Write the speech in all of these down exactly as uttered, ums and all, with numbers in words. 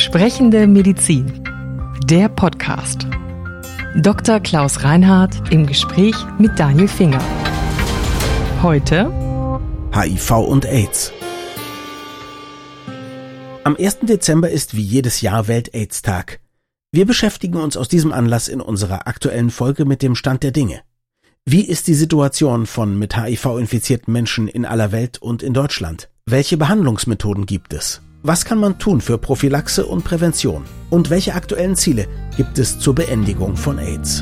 Sprechende Medizin. Der Podcast. Doktor Klaus Reinhardt im Gespräch mit Daniel Finger. Heute H I V und AIDS. Am ersten Dezember ist wie jedes Jahr Welt-AIDS-Tag. Wir beschäftigen uns aus diesem Anlass in unserer aktuellen Folge mit dem Stand der Dinge. Wie ist die Situation von mit H I V-infizierten Menschen in aller Welt und in Deutschland? Welche Behandlungsmethoden gibt es? Was kann man tun für Prophylaxe und Prävention? Und welche aktuellen Ziele gibt es zur Beendigung von AIDS?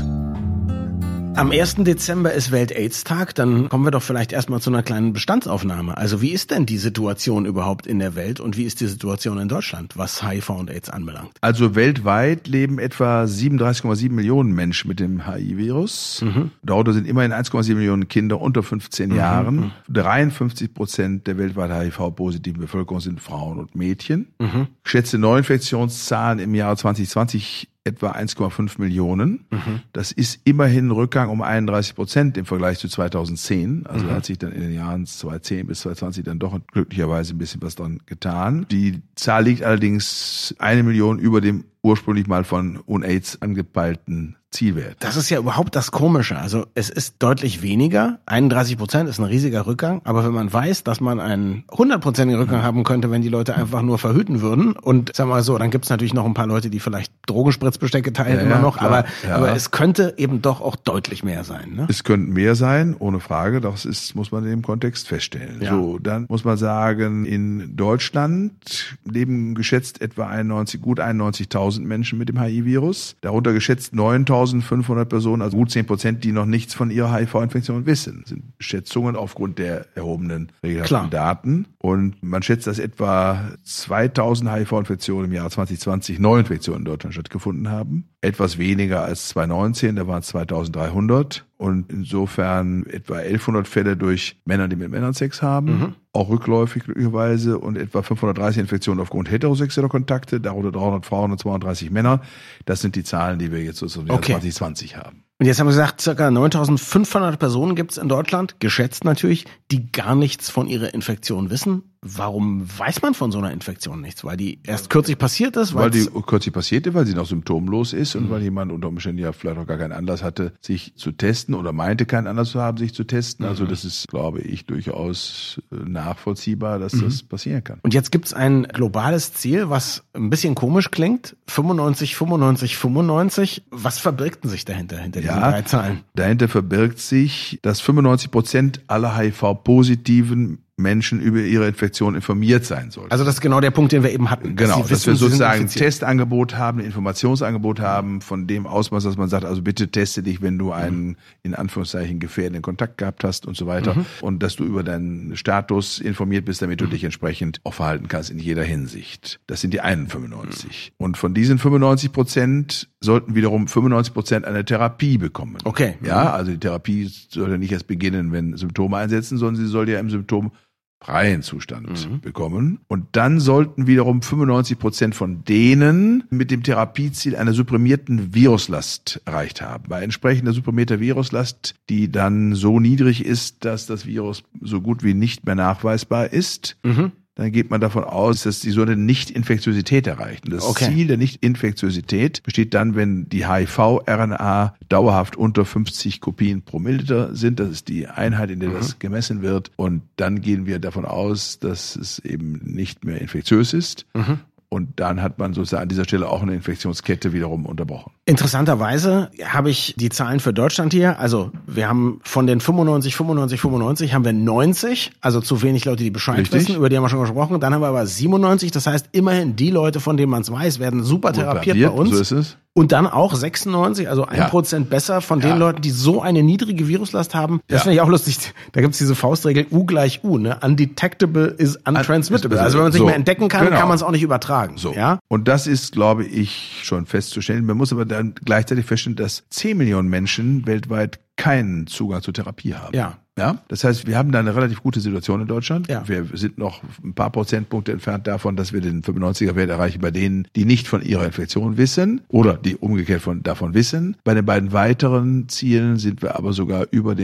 Am ersten Dezember ist Welt-AIDS-Tag, dann kommen wir doch vielleicht erstmal zu einer kleinen Bestandsaufnahme. Also wie ist denn die Situation überhaupt in der Welt und wie ist die Situation in Deutschland, was H I V und AIDS anbelangt? Also weltweit leben etwa siebenunddreißig Komma sieben Millionen Menschen mit dem H I V-Virus. Mhm. Darunter sind immerhin eins Komma sieben Millionen Kinder unter fünfzehn mhm. Jahren. dreiundfünfzig Prozent der weltweit H I V-positiven Bevölkerung sind Frauen und Mädchen. Mhm. Geschätzte Neuinfektionszahlen im Jahr zwanzig zwanzig etwa eins Komma fünf Millionen. Mhm. Das ist immerhin ein Rückgang um einunddreißig Prozent im Vergleich zu zweitausendzehn. Also mhm. hat sich dann in den Jahren zweitausendzehn bis zweitausendzwanzig dann doch glücklicherweise ein bisschen was dran getan. Die Zahl liegt allerdings eine Million über dem ursprünglich mal von UNAIDS angepeilten Zielwert. Das ist ja überhaupt das Komische. Also es ist deutlich weniger. einunddreißig Prozent ist ein riesiger Rückgang. Aber wenn man weiß, dass man einen hundertprozentigen Rückgang haben könnte, wenn die Leute einfach nur verhüten würden und sagen wir mal so, dann gibt es natürlich noch ein paar Leute, die vielleicht Drogenspritzbestecke teilen ja, immer noch. Klar, aber, ja. aber es könnte eben doch auch deutlich mehr sein. Ne? Es könnten mehr sein, ohne Frage. Das ist, muss man in dem Kontext feststellen. Ja. So, dann muss man sagen, in Deutschland leben geschätzt etwa einundneunzig, gut einundneunzigtausend Menschen mit dem H I V-Virus. Darunter geschätzt neuntausendfünfhundert Personen, also gut zehn Prozent, die noch nichts von ihrer H I V-Infektion wissen. Das sind Schätzungen aufgrund der erhobenen regelhaften Daten. Und man schätzt, dass etwa zweitausend H I V-Infektionen im Jahr zwanzig zwanzig Neuinfektionen in Deutschland stattgefunden haben. Etwas weniger als zweitausendneunzehn, da waren es zweitausenddreihundert. Und insofern etwa elfhundert Fälle durch Männer, die mit Männern Sex haben, mhm. auch rückläufig glücklicherweise, und etwa fünfhundertdreißig Infektionen aufgrund heterosexueller Kontakte, darunter dreihundert Frauen und zweiunddreißig Männer. Das sind die Zahlen, die wir jetzt so zum Jahr okay. zwanzig zwanzig haben. Und jetzt haben wir gesagt, ca. neuntausendfünfhundert Personen gibt es in Deutschland, geschätzt natürlich, die gar nichts von ihrer Infektion wissen. Warum weiß man von so einer Infektion nichts? Weil die erst kürzlich passiert ist? Weil die kürzlich passiert ist, weil sie noch symptomlos ist und mhm. weil jemand unter Umständen ja vielleicht auch gar keinen Anlass hatte, sich zu testen oder meinte, keinen Anlass zu haben, sich zu testen. Mhm. Also das ist, glaube ich, durchaus nachvollziehbar, dass mhm. das passieren kann. Und jetzt gibt es ein globales Ziel, was ein bisschen komisch klingt. fünfundneunzig, fünfundneunzig, fünfundneunzig. Was verbirgt denn sich dahinter, hinter diesen ja, drei Zahlen? Dahinter verbirgt sich, dass fünfundneunzig Prozent aller H I V-positiven Menschen über ihre Infektion informiert sein sollten. Also das ist genau der Punkt, den wir eben hatten. Genau, dass, dass wir sozusagen ein Testangebot haben, ein Informationsangebot haben von dem Ausmaß, dass man sagt, also bitte teste dich, wenn du einen, mhm. in Anführungszeichen, gefährdenden Kontakt gehabt hast und so weiter. Mhm. Und dass du über deinen Status informiert bist, damit du mhm. dich entsprechend auch verhalten kannst in jeder Hinsicht. Das sind die einen fünfundneunzig. Mhm. Und von diesen fünfundneunzig Prozent sollten wiederum fünfundneunzig Prozent eine Therapie bekommen. Okay. Ja, also die Therapie soll ja nicht erst beginnen, wenn Symptome einsetzen, sondern sie soll ja im Symptom freien Zustand mhm. bekommen. Und dann sollten wiederum fünfundneunzig Prozent von denen mit dem Therapieziel einer supprimierten Viruslast erreicht haben. Bei entsprechender supprimierter Viruslast, die dann so niedrig ist, dass das Virus so gut wie nicht mehr nachweisbar ist, mhm. dann geht man davon aus, dass die so eine Nicht-Infektiosität erreicht. Und das okay. Ziel der Nicht-Infektiosität besteht dann, wenn die H I V-R N A dauerhaft unter fünfzig Kopien pro Milliliter sind. Das ist die Einheit, in der mhm. das gemessen wird. Und dann gehen wir davon aus, dass es eben nicht mehr infektiös ist. Mhm. Und dann hat man sozusagen an dieser Stelle auch eine Infektionskette wiederum unterbrochen. Interessanterweise habe ich die Zahlen für Deutschland hier. Also wir haben von den fünfundneunzig, fünfundneunzig, fünfundneunzig haben wir neunzig. Also zu wenig Leute, die Bescheid Richtig. wissen. Über die haben wir schon gesprochen. Dann haben wir aber siebenundneunzig. Das heißt, immerhin die Leute, von denen man es weiß, werden super therapiert bei uns. So ist es. Und dann auch sechsundneunzig, also ein ja. Prozent besser von den ja. Leuten, die so eine niedrige Viruslast haben. Das ja. finde ich auch lustig. Da gibt's diese Faustregel U gleich U, ne? Undetectable is untransmittable. Also wenn man es so. nicht mehr entdecken kann, genau. kann man es auch nicht übertragen. So. Ja? Und das ist, glaube ich, schon festzustellen. Man muss aber dann gleichzeitig feststellen, dass zehn Millionen Menschen weltweit keinen Zugang zur Therapie haben. Ja. Ja, das heißt, wir haben da eine relativ gute Situation in Deutschland. Ja. Wir sind noch ein paar Prozentpunkte entfernt davon, dass wir den fünfundneunziger-Wert erreichen bei denen, die nicht von ihrer Infektion wissen oder die umgekehrt von, davon wissen. Bei den beiden weiteren Zielen sind wir aber sogar über dem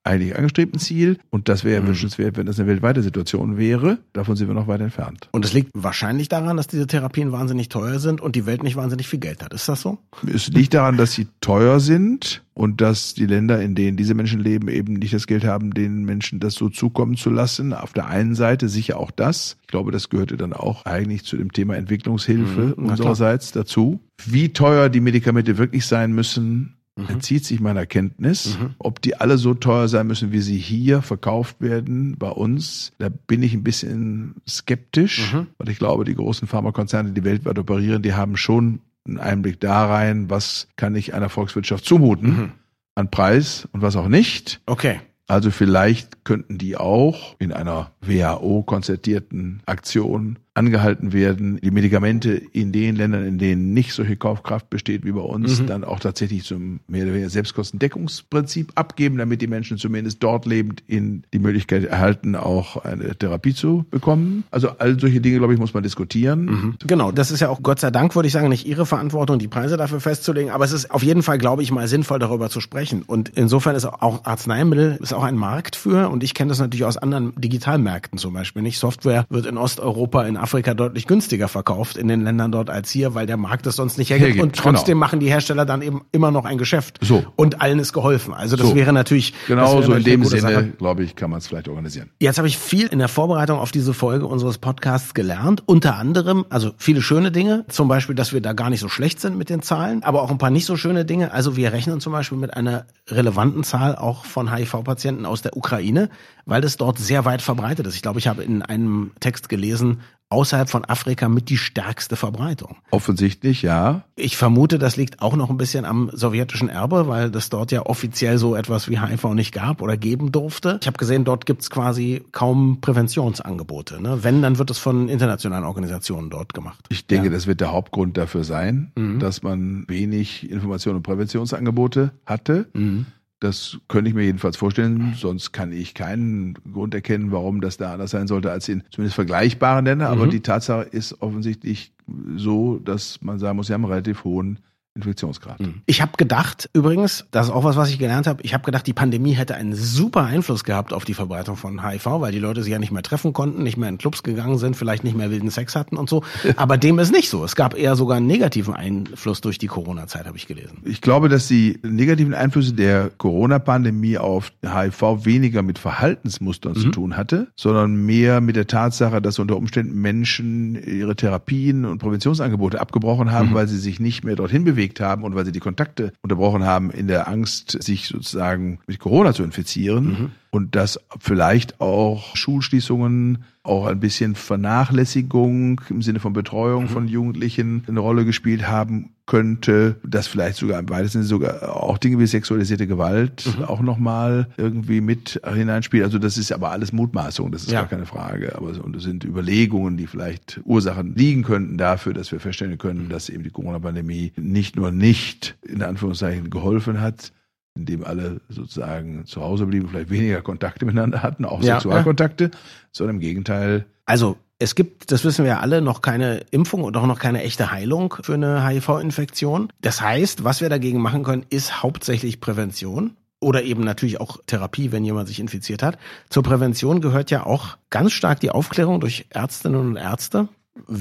eigentlich angestrebten Ziel. Und das wäre mhm. wünschenswert, wenn das eine weltweite Situation wäre. Davon sind wir noch weit entfernt. Und es liegt wahrscheinlich daran, dass diese Therapien wahnsinnig teuer sind und die Welt nicht wahnsinnig viel Geld hat. Ist das so? Es liegt daran, dass sie teuer sind und dass die Länder, in denen diese Menschen leben, eben nicht das Geld haben, den Menschen das so zukommen zu lassen. Auf der einen Seite sicher auch das. Ich glaube, das gehörte dann auch eigentlich zu dem Thema Entwicklungshilfe mhm, unsererseits dazu. Wie teuer die Medikamente wirklich sein müssen, mhm. entzieht sich meiner Kenntnis. Mhm. Ob die alle so teuer sein müssen, wie sie hier verkauft werden bei uns, da bin ich ein bisschen skeptisch. Mhm. Weil ich glaube, die großen Pharmakonzerne, die weltweit operieren, die haben schon einen Einblick da rein, was kann ich einer Volkswirtschaft zumuten mhm. an Preis und was auch nicht. Okay. Also vielleicht könnten die auch in einer W H O-konzertierten Aktion angehalten werden, die Medikamente in den Ländern, in denen nicht solche Kaufkraft besteht wie bei uns, mhm. dann auch tatsächlich zum mehr oder weniger Selbstkostendeckungsprinzip abgeben, damit die Menschen zumindest dort lebend in die Möglichkeit erhalten, auch eine Therapie zu bekommen. Also all solche Dinge, glaube ich, muss man diskutieren. Mhm. Genau, das ist ja auch Gott sei Dank, würde ich sagen, nicht Ihre Verantwortung, die Preise dafür festzulegen, aber es ist auf jeden Fall, glaube ich, mal sinnvoll, darüber zu sprechen. Und insofern ist auch Arzneimittel ist auch ein Markt für, und ich kenne das natürlich aus anderen Digitalmärkten zum Beispiel, nicht? Software wird in Osteuropa, in Afrika deutlich günstiger verkauft in den Ländern dort als hier, weil der Markt es sonst nicht hergibt. hergibt und trotzdem genau. machen die Hersteller dann eben immer noch ein Geschäft. So. Und allen ist geholfen. Also das so. wäre natürlich... Genau wäre so in dem Sinne, Sache. glaube ich, kann man es vielleicht organisieren. Jetzt habe ich viel in der Vorbereitung auf diese Folge unseres Podcasts gelernt. Unter anderem, also viele schöne Dinge. Zum Beispiel, dass wir da gar nicht so schlecht sind mit den Zahlen, aber auch ein paar nicht so schöne Dinge. Also wir rechnen zum Beispiel mit einer relevanten Zahl auch von H I V-Patienten aus der Ukraine, weil das dort sehr weit verbreitet ist. Ich glaube, ich habe in einem Text gelesen, außerhalb von Afrika mit die stärkste Verbreitung. Offensichtlich, ja. Ich vermute, das liegt auch noch ein bisschen am sowjetischen Erbe, weil das dort ja offiziell so etwas wie H I V nicht gab oder geben durfte. Ich habe gesehen, dort gibt's quasi kaum Präventionsangebote. Ne? Wenn, dann wird es von internationalen Organisationen dort gemacht. Ich denke, ja. das wird der Hauptgrund dafür sein, mhm. dass man wenig Information- und Präventionsangebote hatte. Mhm. Das könnte ich mir jedenfalls vorstellen, sonst kann ich keinen Grund erkennen, warum das da anders sein sollte als in zumindest vergleichbaren Ländern. Aber mhm. die Tatsache ist offensichtlich so, dass man sagen muss, sie haben einen relativ hohen Infektionsgrad. Ich habe gedacht, übrigens, das ist auch was, was ich gelernt habe, ich habe gedacht, die Pandemie hätte einen super Einfluss gehabt auf die Verbreitung von H I V, weil die Leute sich ja nicht mehr treffen konnten, nicht mehr in Clubs gegangen sind, vielleicht nicht mehr wilden Sex hatten und so. Aber dem ist nicht so. Es gab eher sogar einen negativen Einfluss durch die Corona-Zeit, habe ich gelesen. Ich glaube, dass die negativen Einflüsse der Corona-Pandemie auf H I V weniger mit Verhaltensmustern mhm. zu tun hatte, sondern mehr mit der Tatsache, dass unter Umständen Menschen ihre Therapien und Präventionsangebote abgebrochen haben, mhm. weil sie sich nicht mehr dorthin bewegen haben und weil sie die Kontakte unterbrochen haben in der Angst, sich sozusagen mit Corona zu infizieren. Mhm. Und dass vielleicht auch Schulschließungen, auch ein bisschen Vernachlässigung im Sinne von Betreuung mhm. von Jugendlichen eine Rolle gespielt haben könnte, dass vielleicht sogar im weitesten Sinne sogar auch Dinge wie sexualisierte Gewalt mhm. auch nochmal irgendwie mit hineinspielt. Also das ist aber alles Mutmaßung, das ist ja. gar keine Frage. Aber und das sind Überlegungen, die vielleicht Ursachen liegen könnten dafür, dass wir feststellen können, dass eben die Corona-Pandemie nicht nur nicht in Anführungszeichen geholfen hat, indem alle sozusagen zu Hause blieben, vielleicht weniger Kontakte miteinander hatten, auch ja, Sexualkontakte, ja. sondern im Gegenteil. Also es gibt, das wissen wir ja alle, noch keine Impfung und auch noch keine echte Heilung für eine H I V-Infektion. Das heißt, was wir dagegen machen können, ist hauptsächlich Prävention oder eben natürlich auch Therapie, wenn jemand sich infiziert hat. Zur Prävention gehört ja auch ganz stark die Aufklärung durch Ärztinnen und Ärzte.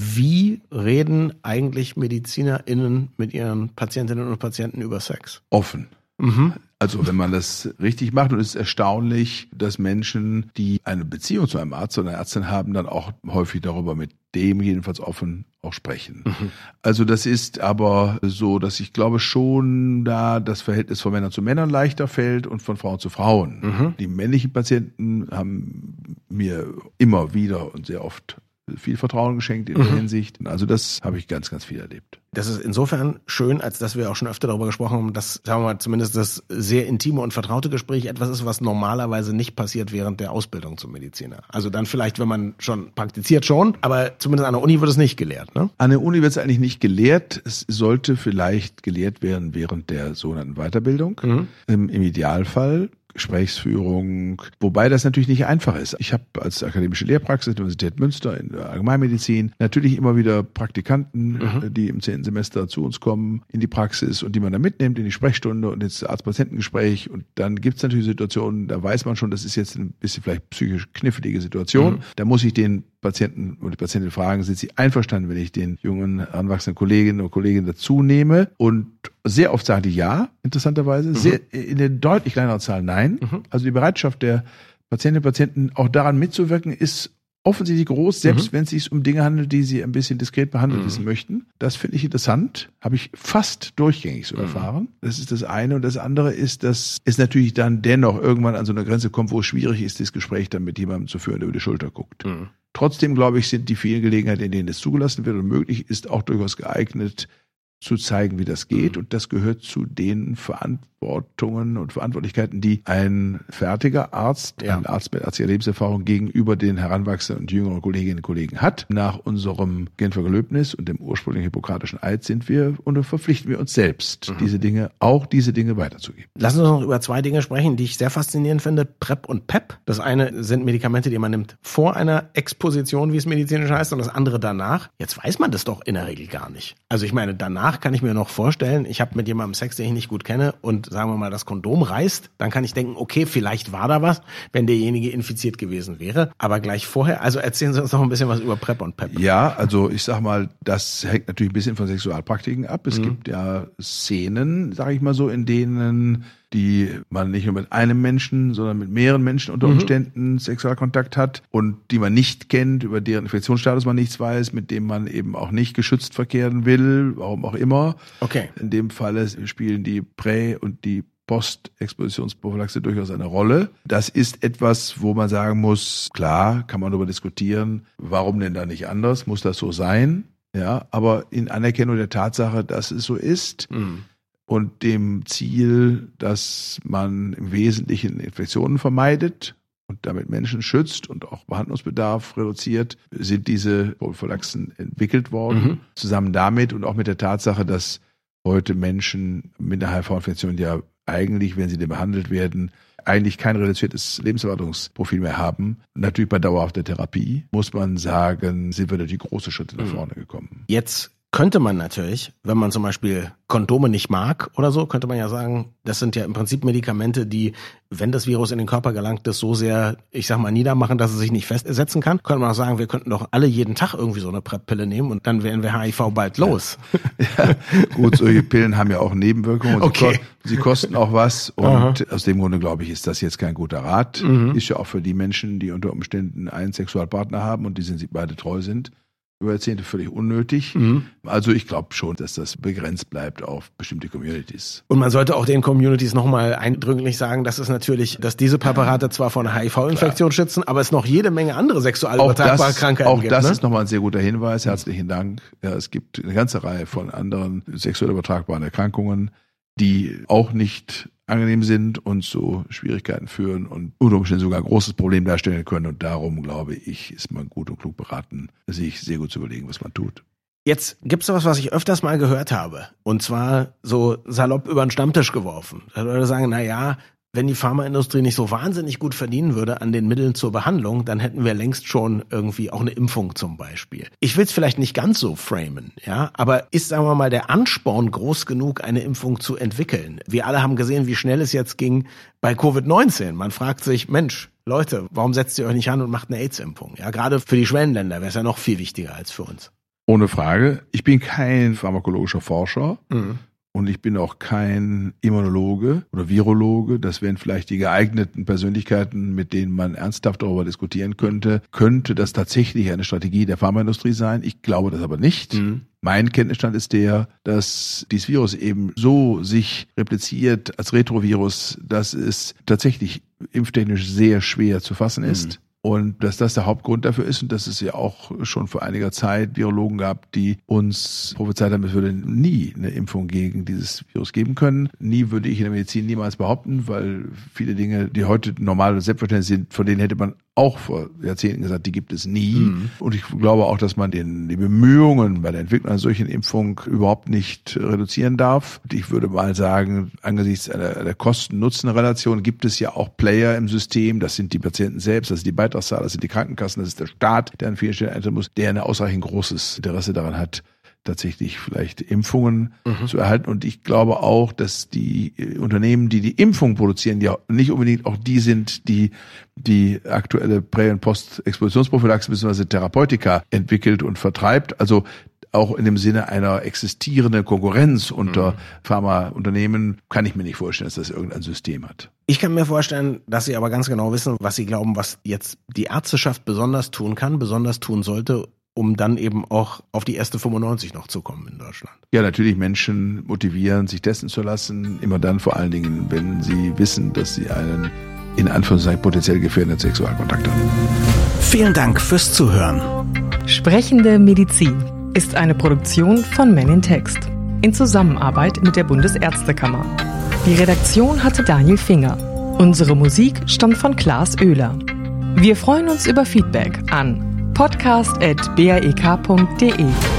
Wie reden eigentlich MedizinerInnen mit ihren Patientinnen und Patienten über Sex? Offen. Mhm. Also wenn man das richtig macht, und es ist erstaunlich, dass Menschen, die eine Beziehung zu einem Arzt oder einer Ärztin haben, dann auch häufig darüber mit dem jedenfalls offen auch sprechen. Mhm. Also das ist aber so, dass ich glaube schon da das Verhältnis von Männern zu Männern leichter fällt und von Frauen zu Frauen. Mhm. Die männlichen Patienten haben mir immer wieder und sehr oft viel Vertrauen geschenkt in der mhm. Hinsicht. Also das habe ich ganz, ganz viel erlebt. Das ist insofern schön, als dass wir auch schon öfter darüber gesprochen haben, dass, sagen wir mal, zumindest das sehr intime und vertraute Gespräch etwas ist, was normalerweise nicht passiert während der Ausbildung zum Mediziner. Also dann vielleicht, wenn man schon praktiziert schon, aber zumindest an der Uni wird es nicht gelehrt, ne? An der Uni wird es eigentlich nicht gelehrt. Es sollte vielleicht gelehrt werden während der sogenannten Weiterbildung. Mhm. Im, im Idealfall. Gesprächsführung, wobei das natürlich nicht einfach ist. Ich habe als akademische Lehrpraxis der Universität Münster in der Allgemeinmedizin natürlich immer wieder Praktikanten, mhm. die im zehnten Semester zu uns kommen in die Praxis und die man dann mitnimmt in die Sprechstunde und ins Arzt-Patientengespräch. Und dann gibt es natürlich Situationen, da weiß man schon, das ist jetzt ein bisschen vielleicht psychisch knifflige Situation. Mhm. Da muss ich den Patienten oder die Patientin fragen, sind sie einverstanden, wenn ich den jungen, anwachsenden Kolleginnen und Kollegen dazu nehme? Und sehr oft sagen die ja, interessanterweise. Mhm. Sehr, in der deutlich kleineren Zahl nein. Mhm. Also die Bereitschaft der Patientinnen und Patienten, auch daran mitzuwirken, ist offensichtlich groß, selbst mhm. wenn es sich um Dinge handelt, die sie ein bisschen diskret behandelt mhm. wissen möchten. Das finde ich interessant, habe ich fast durchgängig so mhm. erfahren. Das ist das eine. Und das andere ist, dass es natürlich dann dennoch irgendwann an so eine Grenze kommt, wo es schwierig ist, das Gespräch dann mit jemandem zu führen, der über die Schulter guckt. Mhm. Trotzdem, glaube ich, sind die vielen Gelegenheiten, in denen es zugelassen wird und möglich ist, auch durchaus geeignet, zu zeigen, wie das geht. Mhm. Und das gehört zu den Verantwortungen und Verantwortlichkeiten, die ein fertiger Arzt, ja. ein Arzt mit ärztlicher Lebenserfahrung gegenüber den heranwachsenden und jüngeren Kolleginnen und Kollegen hat. Nach unserem Genfer Gelöbnis und dem ursprünglichen hippokratischen Eid sind wir und verpflichten wir uns selbst, mhm. diese Dinge, auch diese Dinge weiterzugeben. Lassen Sie uns noch über zwei Dinge sprechen, die ich sehr faszinierend finde. PrEP und PEP. Das eine sind Medikamente, die man nimmt vor einer Exposition, wie es medizinisch heißt, und das andere danach. Jetzt weiß man das doch in der Regel gar nicht. Also ich meine, danach kann ich mir noch vorstellen, ich habe mit jemandem Sex, den ich nicht gut kenne und sagen wir mal, das Kondom reißt, dann kann ich denken, okay, vielleicht war da was, wenn derjenige infiziert gewesen wäre, aber gleich vorher, also erzählen Sie uns noch ein bisschen was über PrEP und PEP. Ja, also ich sag mal, das hängt natürlich ein bisschen von Sexualpraktiken ab. Es mhm. gibt ja Szenen, sage ich mal so, in denen die man nicht nur mit einem Menschen, sondern mit mehreren Menschen unter Umständen mhm. Sexualkontakt hat und die man nicht kennt, über deren Infektionsstatus man nichts weiß, mit dem man eben auch nicht geschützt verkehren will, warum auch immer. Okay. In dem Falle spielen die Prä- und die Postexpositionsprophylaxe durchaus eine Rolle. Das ist etwas, wo man sagen muss, klar, kann man darüber diskutieren, warum denn da nicht anders, muss das so sein? Ja, aber in Anerkennung der Tatsache, dass es so ist, mhm. und dem Ziel, dass man im Wesentlichen Infektionen vermeidet und damit Menschen schützt und auch Behandlungsbedarf reduziert, sind diese Prophylaxen entwickelt worden. Mhm. Zusammen damit und auch mit der Tatsache, dass heute Menschen mit einer H I V-Infektion ja eigentlich, wenn sie denn behandelt werden, eigentlich kein reduziertes Lebenserwartungsprofil mehr haben. Natürlich bei dauerhafter Therapie, muss man sagen, sind wir natürlich große Schritte nach vorne gekommen. Jetzt könnte man natürlich, wenn man zum Beispiel Kondome nicht mag oder so, könnte man ja sagen, das sind ja im Prinzip Medikamente, die, wenn das Virus in den Körper gelangt, das so sehr, ich sag mal, niedermachen, dass es sich nicht festsetzen kann. Könnte man auch sagen, wir könnten doch alle jeden Tag irgendwie so eine PrEP-Pille nehmen und dann wären wir H I V bald los. Ja, ja. Gut, solche Pillen haben ja auch Nebenwirkungen. Okay. Sie, ko- sie kosten auch was und Aha. aus dem Grunde, glaube ich, ist das jetzt kein guter Rat. Mhm. Ist ja auch für die Menschen, die unter Umständen einen Sexualpartner haben und die sind sie beide treu sind, über Jahrzehnte völlig unnötig. Mhm. Also ich glaube schon, dass das begrenzt bleibt auf bestimmte Communities. Und man sollte auch den Communities nochmal eindrücklich sagen, dass es natürlich, dass diese Präparate zwar vor einer H I V-Infektion Klar. schützen, aber es noch jede Menge andere sexuell übertragbare Krankheiten auch gibt. Auch das ne? ist nochmal ein sehr guter Hinweis. Herzlichen Dank. Ja, es gibt eine ganze Reihe von anderen sexuell übertragbaren Erkrankungen, die auch nicht angenehm sind und zu Schwierigkeiten führen und unter Umständen sogar ein großes Problem darstellen können. Und darum, glaube ich, ist man gut und klug beraten, sich sehr gut zu überlegen, was man tut. Jetzt gibt's was, was ich öfters mal gehört habe. Und zwar so salopp über den Stammtisch geworfen. Da Leute sagen, na ja, wenn die Pharmaindustrie nicht so wahnsinnig gut verdienen würde an den Mitteln zur Behandlung, dann hätten wir längst schon irgendwie auch eine Impfung zum Beispiel. Ich will es vielleicht nicht ganz so framen, ja, aber ist, sagen wir mal, der Ansporn groß genug, eine Impfung zu entwickeln? Wir alle haben gesehen, wie schnell es jetzt ging bei Covid neunzehn. Man fragt sich, Mensch, Leute, warum setzt ihr euch nicht an und macht eine AIDS-Impfung? Ja, gerade für die Schwellenländer wäre es ja noch viel wichtiger als für uns. Ohne Frage. Ich bin kein pharmakologischer Forscher. Mhm. Und ich bin auch kein Immunologe oder Virologe. Das wären vielleicht die geeigneten Persönlichkeiten, mit denen man ernsthaft darüber diskutieren könnte. Könnte das tatsächlich eine Strategie der Pharmaindustrie sein? Ich glaube das aber nicht. Mhm. Mein Kenntnisstand ist der, dass dieses Virus eben so sich repliziert als Retrovirus, dass es tatsächlich impftechnisch sehr schwer zu fassen ist. Mhm. Und dass das der Hauptgrund dafür ist und dass es ja auch schon vor einiger Zeit Virologen gab, die uns prophezeit haben, es würde nie eine Impfung gegen dieses Virus geben können. Nie würde ich in der Medizin niemals behaupten, weil viele Dinge, die heute normal und selbstverständlich sind, von denen hätte man auch vor Jahrzehnten gesagt, die gibt es nie. Mhm. Und ich glaube auch, dass man den, die Bemühungen bei der Entwicklung einer solchen Impfung überhaupt nicht reduzieren darf. Und ich würde mal sagen, angesichts einer, einer Kosten-Nutzen-Relation gibt es ja auch Player im System. Das sind die Patienten selbst, das sind die Beitragszahler, das sind die Krankenkassen, das ist der Staat, der an vielen Stellen eintreten muss, der ein ausreichend großes Interesse daran hat, tatsächlich vielleicht Impfungen mhm. zu erhalten. Und ich glaube auch, dass die Unternehmen, die die Impfung produzieren, ja nicht unbedingt auch die sind, die die aktuelle Prä- und Post-Expositionsprophylaxe bzw. Therapeutika entwickelt und vertreibt. Also auch in dem Sinne einer existierenden Konkurrenz unter mhm. Pharmaunternehmen kann ich mir nicht vorstellen, dass das irgendein System hat. Ich kann mir vorstellen, dass Sie aber ganz genau wissen, was Sie glauben, was jetzt die Ärzteschaft besonders tun kann, besonders tun sollte, um dann eben auch auf die erste fünfundneunzig noch zu kommen in Deutschland. Ja, natürlich Menschen motivieren, sich testen zu lassen. Immer dann vor allen Dingen, wenn sie wissen, dass sie einen, in Anführungszeichen, potenziell gefährdeten Sexualkontakt haben. Vielen Dank fürs Zuhören. Sprechende Medizin ist eine Produktion von Men in Text in Zusammenarbeit mit der Bundesärztekammer. Die Redaktion hatte Daniel Finger. Unsere Musik stammt von Klaas Oehler. Wir freuen uns über Feedback an podcast at b r e k punkt d e.